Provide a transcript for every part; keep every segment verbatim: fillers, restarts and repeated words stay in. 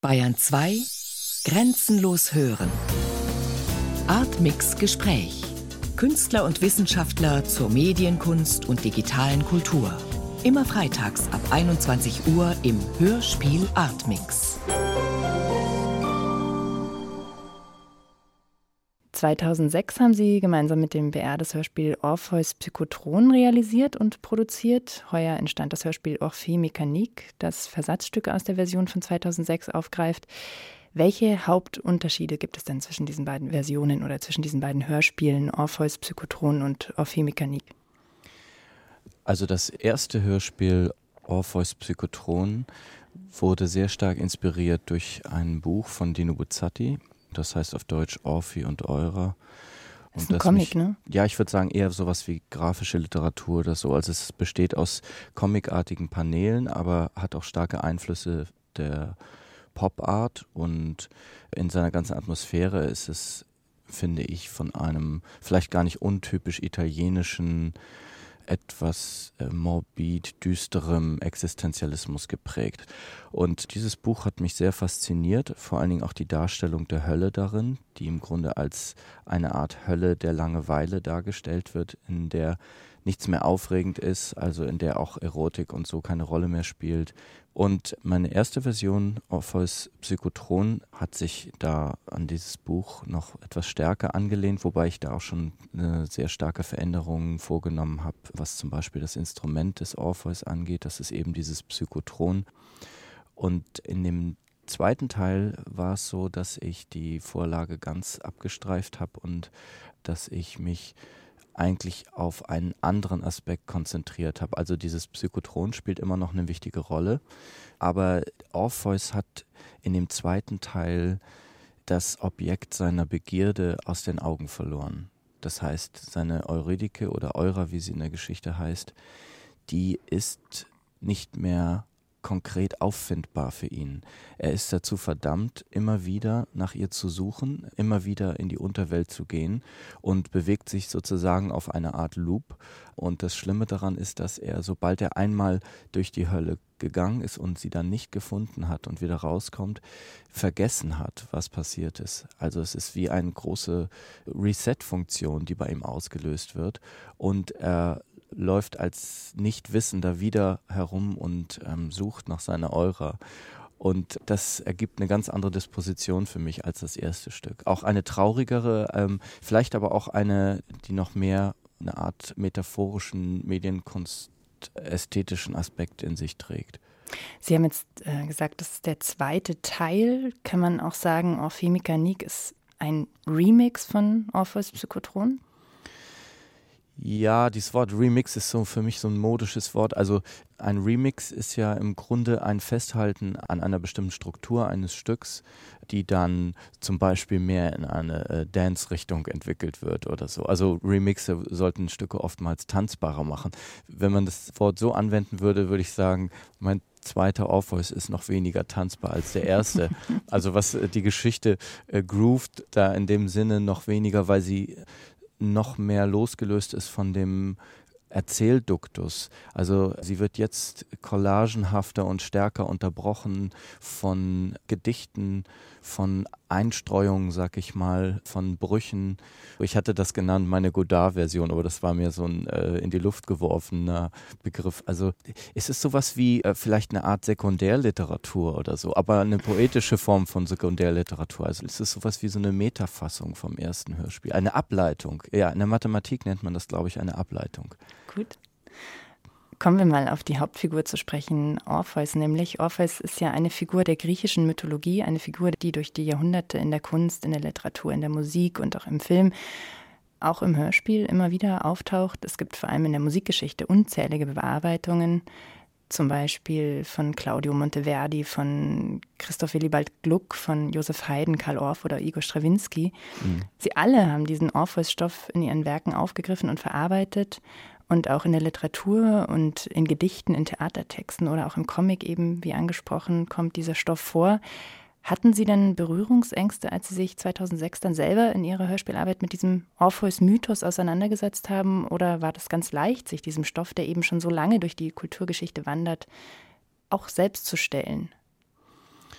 Bayern zwei Grenzenlos hören. Artmix Gespräch. Künstler und Wissenschaftler zur Medienkunst und digitalen Kultur. Immer freitags ab einundzwanzig Uhr im Hörspiel Artmix. zweitausendsechs haben Sie gemeinsam mit dem B R das Hörspiel Orpheus Psychotron realisiert und produziert. Heuer entstand das Hörspiel Orphée Mécanique, das Versatzstücke aus der Version von zweitausendsechs aufgreift. Welche Hauptunterschiede gibt es denn zwischen diesen beiden Versionen oder zwischen diesen beiden Hörspielen, Orpheus Psychotron und Orphée Mécanique? Also das erste Hörspiel Orpheus Psychotron wurde sehr stark inspiriert durch ein Buch von Dino Buzzati. Das heißt auf Deutsch Orphy und Eurer. Das ist ein Comic, mich, ne? Ja, ich würde sagen eher sowas wie grafische Literatur oder so. Also es besteht aus comicartigen Paneelen, aber hat auch starke Einflüsse der Pop-Art. Und in seiner ganzen Atmosphäre ist es, finde ich, von einem vielleicht gar nicht untypisch italienischen, etwas äh, morbid, düsterem Existenzialismus geprägt. Und dieses Buch hat mich sehr fasziniert, vor allen Dingen auch die Darstellung der Hölle darin, die im Grunde als eine Art Hölle der Langeweile dargestellt wird, in der nichts mehr aufregend ist, also in der auch Erotik und so keine Rolle mehr spielt. Und meine erste Version, Orpheus Psychotron, hat sich da an dieses Buch noch etwas stärker angelehnt, wobei ich da auch schon eine sehr starke Veränderung vorgenommen habe, was zum Beispiel das Instrument des Orpheus angeht. Das ist eben dieses Psychotron. Und in dem zweiten Teil war es so, dass ich die Vorlage ganz abgestreift habe und dass ich mich eigentlich auf einen anderen Aspekt konzentriert habe. Also dieses Psychotron spielt immer noch eine wichtige Rolle, aber Orpheus hat in dem zweiten Teil das Objekt seiner Begierde aus den Augen verloren. Das heißt, seine Eurydike oder Eura, wie sie in der Geschichte heißt, die ist nicht mehr konkret auffindbar für ihn. Er ist dazu verdammt, immer wieder nach ihr zu suchen, immer wieder in die Unterwelt zu gehen und bewegt sich sozusagen auf eine Art Loop. Und das Schlimme daran ist, dass er, sobald er einmal durch die Hölle gegangen ist und sie dann nicht gefunden hat und wieder rauskommt, vergessen hat, was passiert ist. Also es ist wie eine große Reset-Funktion, die bei ihm ausgelöst wird. Und er läuft als Nichtwissender wieder herum und ähm, sucht nach seiner Eura. Und das ergibt eine ganz andere Disposition für mich als das erste Stück. Auch eine traurigere, ähm, vielleicht aber auch eine, die noch mehr eine Art metaphorischen, medienkunst-ästhetischen Aspekt in sich trägt. Sie haben jetzt äh, gesagt, das ist der zweite Teil. Kann man auch sagen, Orphée Mécanique ist ein Remix von Orpheus Psychotron? Ja, dieses Wort Remix ist so für mich so ein modisches Wort. Also ein Remix ist ja im Grunde ein Festhalten an einer bestimmten Struktur eines Stücks, die dann zum Beispiel mehr in eine äh, Dance-Richtung entwickelt wird oder so. Also Remixe sollten Stücke oftmals tanzbarer machen. Wenn man das Wort so anwenden würde, würde ich sagen, mein zweiter Orpheus ist noch weniger tanzbar als der erste. Also was äh, die Geschichte äh, groovt, da in dem Sinne noch weniger, weil sie noch mehr losgelöst ist von dem Erzählduktus. Also sie wird jetzt collagenhafter und stärker unterbrochen von Gedichten, von Einstreuungen, sag ich mal, von Brüchen. Ich hatte das genannt, meine Godard-Version, aber das war mir so ein äh, in die Luft geworfener Begriff. Also es ist sowas wie äh, vielleicht eine Art Sekundärliteratur oder so, aber eine poetische Form von Sekundärliteratur. Also es ist sowas wie so eine Metafassung vom ersten Hörspiel, eine Ableitung. Ja, in der Mathematik nennt man das, glaube ich, eine Ableitung. Gut. Kommen wir mal auf die Hauptfigur zu sprechen, Orpheus nämlich. Orpheus ist ja eine Figur der griechischen Mythologie, eine Figur, die durch die Jahrhunderte in der Kunst, in der Literatur, in der Musik und auch im Film, auch im Hörspiel immer wieder auftaucht. Es gibt vor allem in der Musikgeschichte unzählige Bearbeitungen, zum Beispiel von Claudio Monteverdi, von Christoph Willibald Gluck, von Joseph Haydn, Karl Orff oder Igor Strawinski. Mhm. Sie alle haben diesen Orpheus-Stoff in ihren Werken aufgegriffen und verarbeitet. Und auch in der Literatur und in Gedichten, in Theatertexten oder auch im Comic eben, wie angesprochen, kommt dieser Stoff vor. Hatten Sie denn Berührungsängste, als Sie sich zweitausendsechs dann selber in Ihrer Hörspielarbeit mit diesem Orpheus-Mythos auseinandergesetzt haben? Oder war das ganz leicht, sich diesem Stoff, der eben schon so lange durch die Kulturgeschichte wandert, auch selbst zu stellen?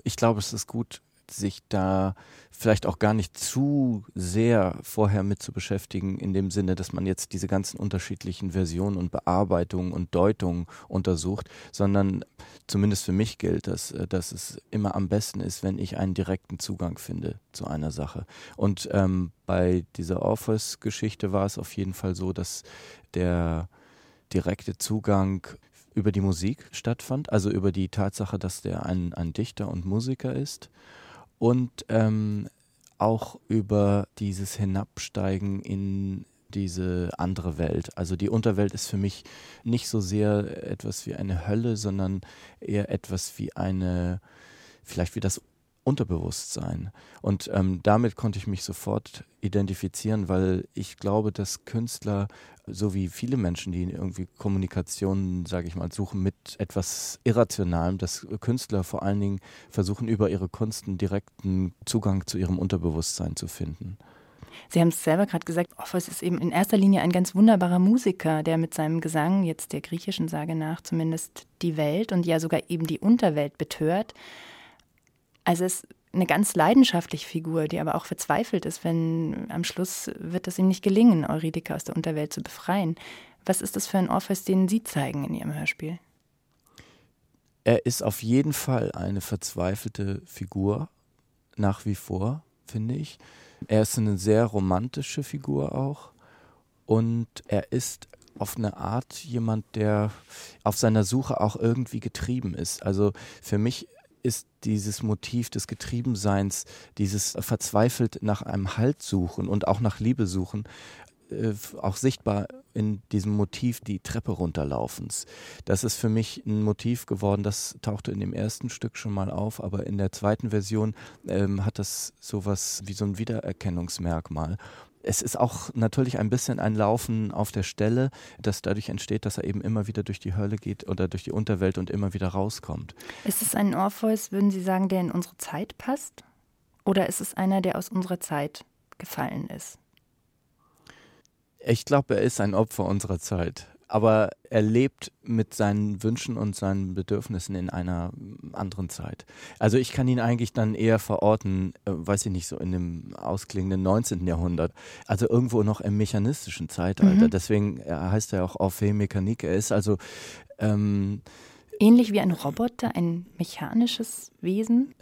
Ich glaube, es ist gut, sich da vielleicht auch gar nicht zu sehr vorher mit zu beschäftigen, in dem Sinne, dass man jetzt diese ganzen unterschiedlichen Versionen und Bearbeitungen und Deutungen untersucht, sondern zumindest für mich gilt das, dass es immer am besten ist, wenn ich einen direkten Zugang finde zu einer Sache. Und ähm, bei dieser Orpheus-Geschichte war es auf jeden Fall so, dass der direkte Zugang über die Musik stattfand, also über die Tatsache, dass der ein, ein Dichter und Musiker ist. Und ähm, auch über dieses Hinabsteigen in diese andere Welt. Also die Unterwelt ist für mich nicht so sehr etwas wie eine Hölle, sondern eher etwas wie eine, vielleicht wie das Unterbewusstsein. Und ähm, damit konnte ich mich sofort identifizieren, weil ich glaube, dass Künstler, so wie viele Menschen, die irgendwie Kommunikation, sage ich mal, suchen mit etwas Irrationalem, dass Künstler vor allen Dingen versuchen, über ihre Kunst einen direkten Zugang zu ihrem Unterbewusstsein zu finden. Sie haben es selber gerade gesagt, Orpheus ist eben in erster Linie ein ganz wunderbarer Musiker, der mit seinem Gesang, jetzt der griechischen Sage nach, zumindest die Welt und ja sogar eben die Unterwelt betört. Also es ist eine ganz leidenschaftliche Figur, die aber auch verzweifelt ist, wenn am Schluss wird es ihm nicht gelingen, Eurydike aus der Unterwelt zu befreien. Was ist das für ein Orpheus, den Sie zeigen in Ihrem Hörspiel? Er ist auf jeden Fall eine verzweifelte Figur, nach wie vor, finde ich. Er ist eine sehr romantische Figur auch und er ist auf eine Art jemand, der auf seiner Suche auch irgendwie getrieben ist. Also für mich ist dieses Motiv des Getriebenseins, dieses verzweifelt nach einem Halt suchen und auch nach Liebe suchen, äh, auch sichtbar in diesem Motiv die Treppe runterlaufens. Das ist für mich ein Motiv geworden, das tauchte in dem ersten Stück schon mal auf, aber in der zweiten Version ähm, hat das sowas wie so ein Wiedererkennungsmerkmal. Es ist auch natürlich ein bisschen ein Laufen auf der Stelle, das dadurch entsteht, dass er eben immer wieder durch die Hölle geht oder durch die Unterwelt und immer wieder rauskommt. Ist es ein Orpheus, würden Sie sagen, der in unsere Zeit passt? Oder ist es einer, der aus unserer Zeit gefallen ist? Ich glaube, er ist ein Opfer unserer Zeit. Aber er lebt mit seinen Wünschen und seinen Bedürfnissen in einer anderen Zeit. Also ich kann ihn eigentlich dann eher verorten, äh, weiß ich nicht, so in dem ausklingenden neunzehnten Jahrhundert. Also irgendwo noch im mechanistischen Zeitalter. Mhm. Deswegen heißt er auch Orphée Mécanique. Er ist also ähm, ähnlich wie ein Roboter, ein mechanisches Wesen?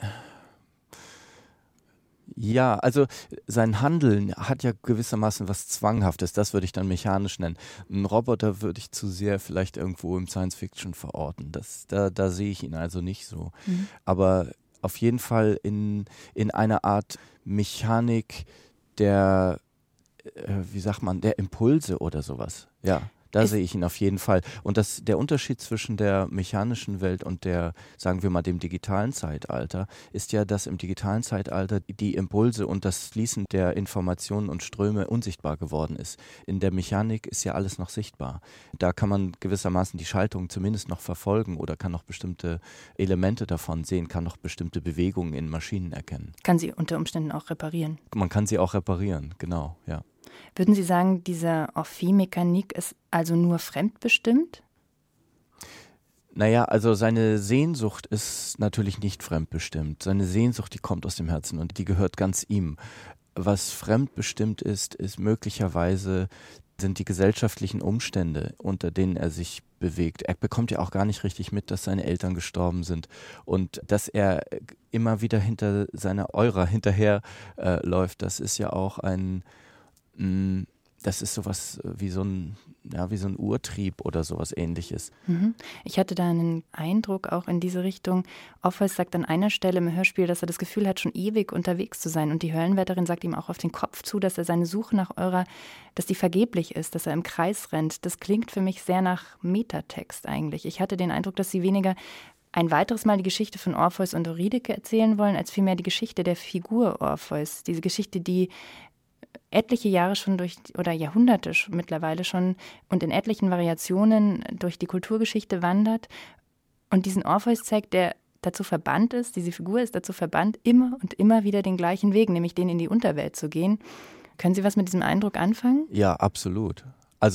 Ja, also sein Handeln hat ja gewissermaßen was Zwanghaftes, das würde ich dann mechanisch nennen. Ein Roboter würde ich zu sehr vielleicht irgendwo im Science-Fiction verorten, das, da, da sehe ich ihn also nicht so. Mhm. Aber auf jeden Fall in, in einer Art Mechanik der, äh, wie sagt man, der Impulse oder sowas, ja. Da sehe ich ihn auf jeden Fall. Und das, der Unterschied zwischen der mechanischen Welt und der, sagen wir mal, dem digitalen Zeitalter, ist ja, dass im digitalen Zeitalter die Impulse und das Fließen der Informationen und Ströme unsichtbar geworden ist. In der Mechanik ist ja alles noch sichtbar. Da kann man gewissermaßen die Schaltung zumindest noch verfolgen oder kann noch bestimmte Elemente davon sehen, kann noch bestimmte Bewegungen in Maschinen erkennen. Kann sie unter Umständen auch reparieren? Man kann sie auch reparieren, genau, ja. Würden Sie sagen, dieser Orphée Mécanique ist also nur fremdbestimmt? Naja, also seine Sehnsucht ist natürlich nicht fremdbestimmt. Seine Sehnsucht, die kommt aus dem Herzen und die gehört ganz ihm. Was fremdbestimmt ist, ist möglicherweise sind die gesellschaftlichen Umstände, unter denen er sich bewegt. Er bekommt ja auch gar nicht richtig mit, dass seine Eltern gestorben sind und dass er immer wieder hinter seiner Eura hinterher äh, läuft. Das ist ja auch ein Das ist sowas wie so ein, ja, wie so ein Urtrieb oder sowas Ähnliches. Ich hatte da einen Eindruck auch in diese Richtung. Orpheus sagt an einer Stelle im Hörspiel, dass er das Gefühl hat, schon ewig unterwegs zu sein. Und die Höllenwärterin sagt ihm auch auf den Kopf zu, dass er seine Suche nach Eura, dass die vergeblich ist, dass er im Kreis rennt. Das klingt für mich sehr nach Metatext eigentlich. Ich hatte den Eindruck, dass sie weniger ein weiteres Mal die Geschichte von Orpheus und Eurydike erzählen wollen, als vielmehr die Geschichte der Figur Orpheus. Diese Geschichte, die etliche Jahre schon durch, oder Jahrhunderte mittlerweile schon und in etlichen Variationen durch die Kulturgeschichte wandert und diesen Orpheus zeigt, der dazu verbannt ist, diese Figur ist dazu verbannt, immer und immer wieder den gleichen Weg, nämlich den in die Unterwelt zu gehen. Können Sie was mit diesem Eindruck anfangen? Ja, absolut. Also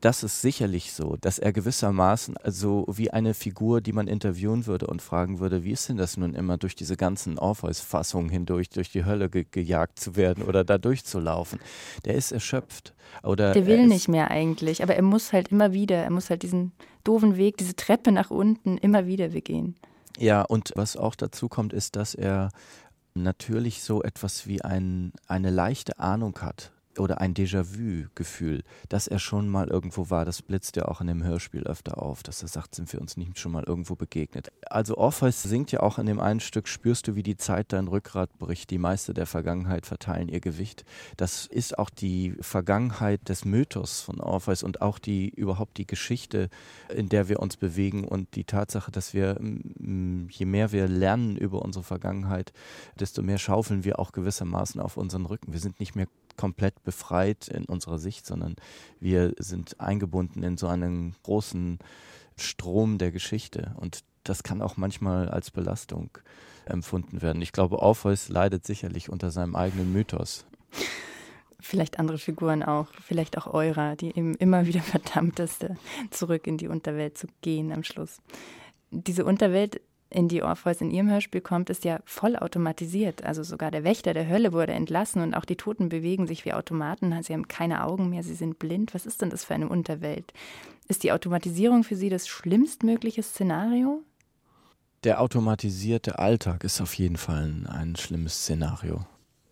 das ist sicherlich so, dass er gewissermaßen also wie eine Figur, die man interviewen würde und fragen würde, wie ist denn das nun immer, durch diese ganzen Orpheus-Fassungen hindurch, durch die Hölle ge- gejagt zu werden oder da durchzulaufen. Der ist erschöpft. Oder der will nicht mehr eigentlich, aber er muss halt immer wieder, er muss halt diesen doofen Weg, diese Treppe nach unten immer wieder begehen. Ja, und was auch dazu kommt, ist, dass er natürlich so etwas wie ein, eine leichte Ahnung hat oder ein Déjà-vu-Gefühl, dass er schon mal irgendwo war. Das blitzt ja auch in dem Hörspiel öfter auf, dass er sagt, sind wir uns nicht schon mal irgendwo begegnet. Also Orpheus singt ja auch in dem einen Stück, spürst du, wie die Zeit dein Rückgrat bricht, die Meister der Vergangenheit verteilen ihr Gewicht. Das ist auch die Vergangenheit des Mythos von Orpheus und auch die überhaupt die Geschichte, in der wir uns bewegen und die Tatsache, dass wir, je mehr wir lernen über unsere Vergangenheit, desto mehr schaufeln wir auch gewissermaßen auf unseren Rücken. Wir sind nicht mehr komplett befreit in unserer Sicht, sondern wir sind eingebunden in so einen großen Strom der Geschichte und das kann auch manchmal als Belastung empfunden werden. Ich glaube, Orpheus leidet sicherlich unter seinem eigenen Mythos. Vielleicht andere Figuren auch, vielleicht auch Eura, die eben immer wieder verdammt ist, zurück in die Unterwelt zu gehen am Schluss. Diese Unterwelt, in die Orpheus in ihrem Hörspiel kommt, ist ja voll automatisiert. Also sogar der Wächter der Hölle wurde entlassen und auch die Toten bewegen sich wie Automaten. Sie haben keine Augen mehr, sie sind blind. Was ist denn das für eine Unterwelt? Ist die Automatisierung für Sie das schlimmstmögliche Szenario? Der automatisierte Alltag ist auf jeden Fall ein, ein schlimmes Szenario.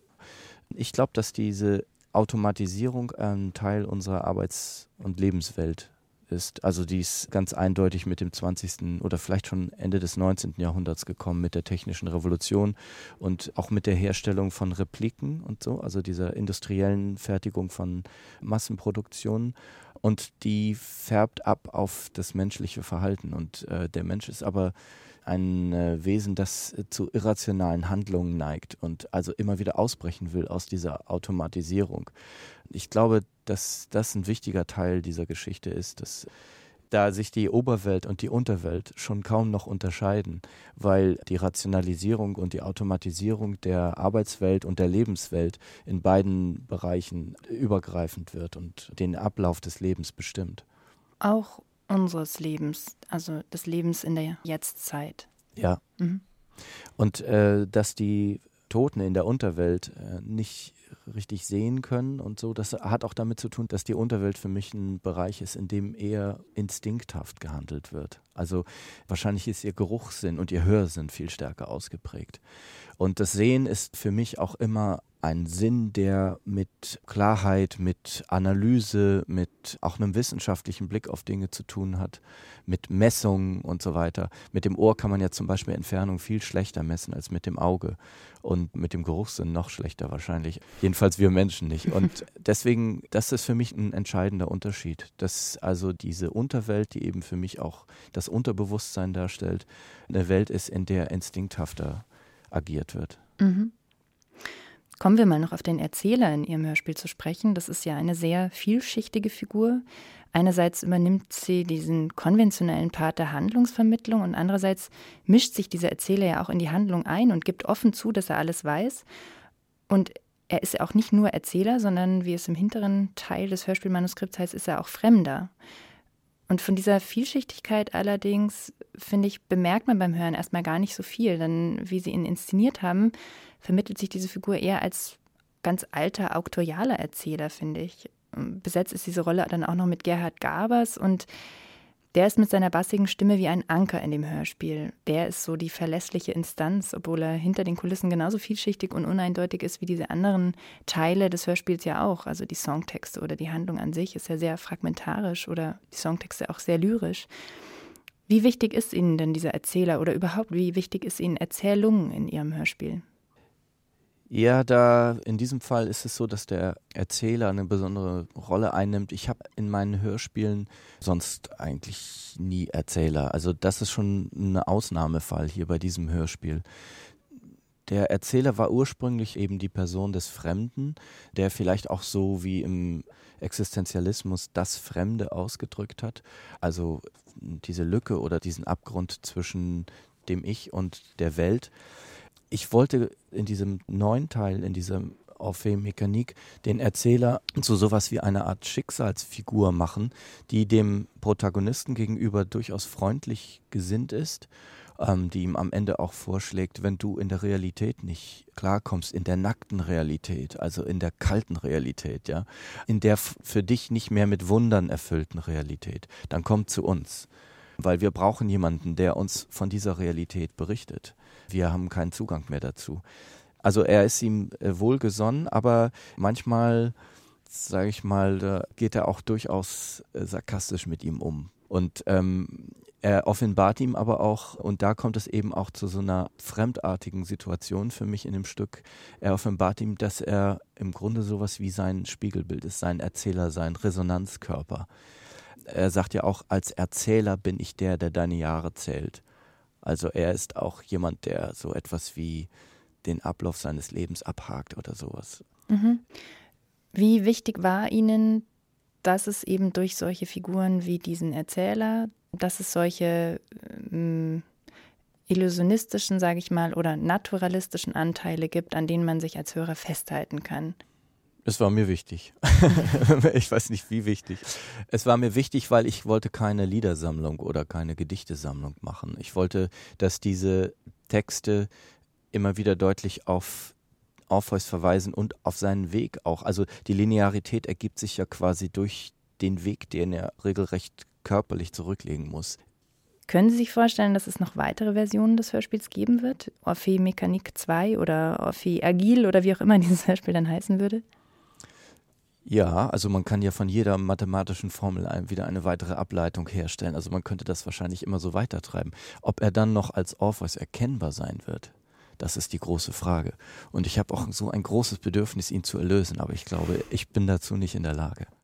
Ich glaube, dass diese Automatisierung ein Teil unserer Arbeits- und Lebenswelt ist. Also die ist ganz eindeutig mit dem zwanzigsten oder vielleicht schon Ende des neunzehnten Jahrhunderts gekommen, mit der technischen Revolution und auch mit der Herstellung von Repliken und so, also dieser industriellen Fertigung von Massenproduktionen. Und die färbt ab auf das menschliche Verhalten. Und äh, der Mensch ist aber ein äh, Wesen, das äh, zu irrationalen Handlungen neigt und also immer wieder ausbrechen will aus dieser Automatisierung. Ich glaube, dass das ein wichtiger Teil dieser Geschichte ist, dass da sich die Oberwelt und die Unterwelt schon kaum noch unterscheiden, weil die Rationalisierung und die Automatisierung der Arbeitswelt und der Lebenswelt in beiden Bereichen übergreifend wird und den Ablauf des Lebens bestimmt. Auch unseres Lebens, also des Lebens in der Jetztzeit. Ja. Mhm. Und äh, dass die Toten in der Unterwelt äh, nicht richtig sehen können und so, das hat auch damit zu tun, dass die Unterwelt für mich ein Bereich ist, in dem eher instinkthaft gehandelt wird. Also wahrscheinlich ist ihr Geruchssinn und ihr Hörsinn viel stärker ausgeprägt. Und das Sehen ist für mich auch immer ein Sinn, der mit Klarheit, mit Analyse, mit auch einem wissenschaftlichen Blick auf Dinge zu tun hat, mit Messungen und so weiter. Mit dem Ohr kann man ja zum Beispiel Entfernung viel schlechter messen als mit dem Auge und mit dem Geruchssinn noch schlechter wahrscheinlich. Jedenfalls wir Menschen nicht. Und deswegen, das ist für mich ein entscheidender Unterschied, dass also diese Unterwelt, die eben für mich auch das Unterbewusstsein darstellt, eine Welt ist, in der instinkthafter agiert wird. Mhm. Kommen wir mal noch auf den Erzähler in Ihrem Hörspiel zu sprechen. Das ist ja eine sehr vielschichtige Figur. Einerseits übernimmt sie diesen konventionellen Part der Handlungsvermittlung und andererseits mischt sich dieser Erzähler ja auch in die Handlung ein und gibt offen zu, dass er alles weiß. Und er ist ja auch nicht nur Erzähler, sondern wie es im hinteren Teil des Hörspielmanuskripts heißt, ist er auch Fremder. Und von dieser Vielschichtigkeit allerdings, finde ich, bemerkt man beim Hören erstmal gar nicht so viel. Denn wie Sie ihn inszeniert haben, vermittelt sich diese Figur eher als ganz alter, auktorialer Erzähler, finde ich. Besetzt ist diese Rolle dann auch noch mit Gerhard Gabers und der ist mit seiner bassigen Stimme wie ein Anker in dem Hörspiel. Der ist so die verlässliche Instanz, obwohl er hinter den Kulissen genauso vielschichtig und uneindeutig ist wie diese anderen Teile des Hörspiels ja auch. Also die Songtexte oder die Handlung an sich ist ja sehr fragmentarisch oder die Songtexte auch sehr lyrisch. Wie wichtig ist Ihnen denn dieser Erzähler oder überhaupt, wie wichtig ist Ihnen Erzählungen in Ihrem Hörspiel? Ja, da in diesem Fall ist es so, dass der Erzähler eine besondere Rolle einnimmt. Ich habe in meinen Hörspielen sonst eigentlich nie Erzähler. Also das ist schon ein Ausnahmefall hier bei diesem Hörspiel. Der Erzähler war ursprünglich eben die Person des Fremden, der vielleicht auch so wie im Existenzialismus das Fremde ausgedrückt hat. Also diese Lücke oder diesen Abgrund zwischen dem Ich und der Welt. Ich wollte in diesem neuen Teil, in diesem Orphée-Mécanique den Erzähler zu sowas wie eine Art Schicksalsfigur machen, die dem Protagonisten gegenüber durchaus freundlich gesinnt ist, ähm, die ihm am Ende auch vorschlägt, wenn du in der Realität nicht klarkommst, in der nackten Realität, also in der kalten Realität, ja, in der f- für dich nicht mehr mit Wundern erfüllten Realität, dann komm zu uns. Weil wir brauchen jemanden, der uns von dieser Realität berichtet. Wir haben keinen Zugang mehr dazu. Also er ist ihm äh, wohlgesonnen, aber manchmal, sage ich mal, da geht er auch durchaus äh, sarkastisch mit ihm um. Und ähm, er offenbart ihm aber auch, und da kommt es eben auch zu so einer fremdartigen Situation für mich in dem Stück, er offenbart ihm, dass er im Grunde sowas wie sein Spiegelbild ist, sein Erzähler, sein Resonanzkörper. Er sagt ja auch, als Erzähler bin ich der, der deine Jahre zählt. Also er ist auch jemand, der so etwas wie den Ablauf seines Lebens abhakt oder sowas. Mhm. Wie wichtig war Ihnen, dass es eben durch solche Figuren wie diesen Erzähler, dass es solche ähm, illusionistischen, sage ich mal, oder naturalistischen Anteile gibt, an denen man sich als Hörer festhalten kann? Es war mir wichtig. Ich weiß nicht, wie wichtig. Es war mir wichtig, weil ich wollte keine Liedersammlung oder keine Gedichtesammlung machen. Ich wollte, dass diese Texte immer wieder deutlich auf Orpheus verweisen und auf seinen Weg auch. Also die Linearität ergibt sich ja quasi durch den Weg, den er regelrecht körperlich zurücklegen muss. Können Sie sich vorstellen, dass es noch weitere Versionen des Hörspiels geben wird? Orphée-Mécanique zwei oder Orphée Agile oder wie auch immer dieses Hörspiel dann heißen würde? Ja, also man kann ja von jeder mathematischen Formel ein, wieder eine weitere Ableitung herstellen. Also man könnte das wahrscheinlich immer so weitertreiben. Ob er dann noch als Orpheus erkennbar sein wird, das ist die große Frage. Und ich habe auch so ein großes Bedürfnis, ihn zu erlösen, aber ich glaube, ich bin dazu nicht in der Lage.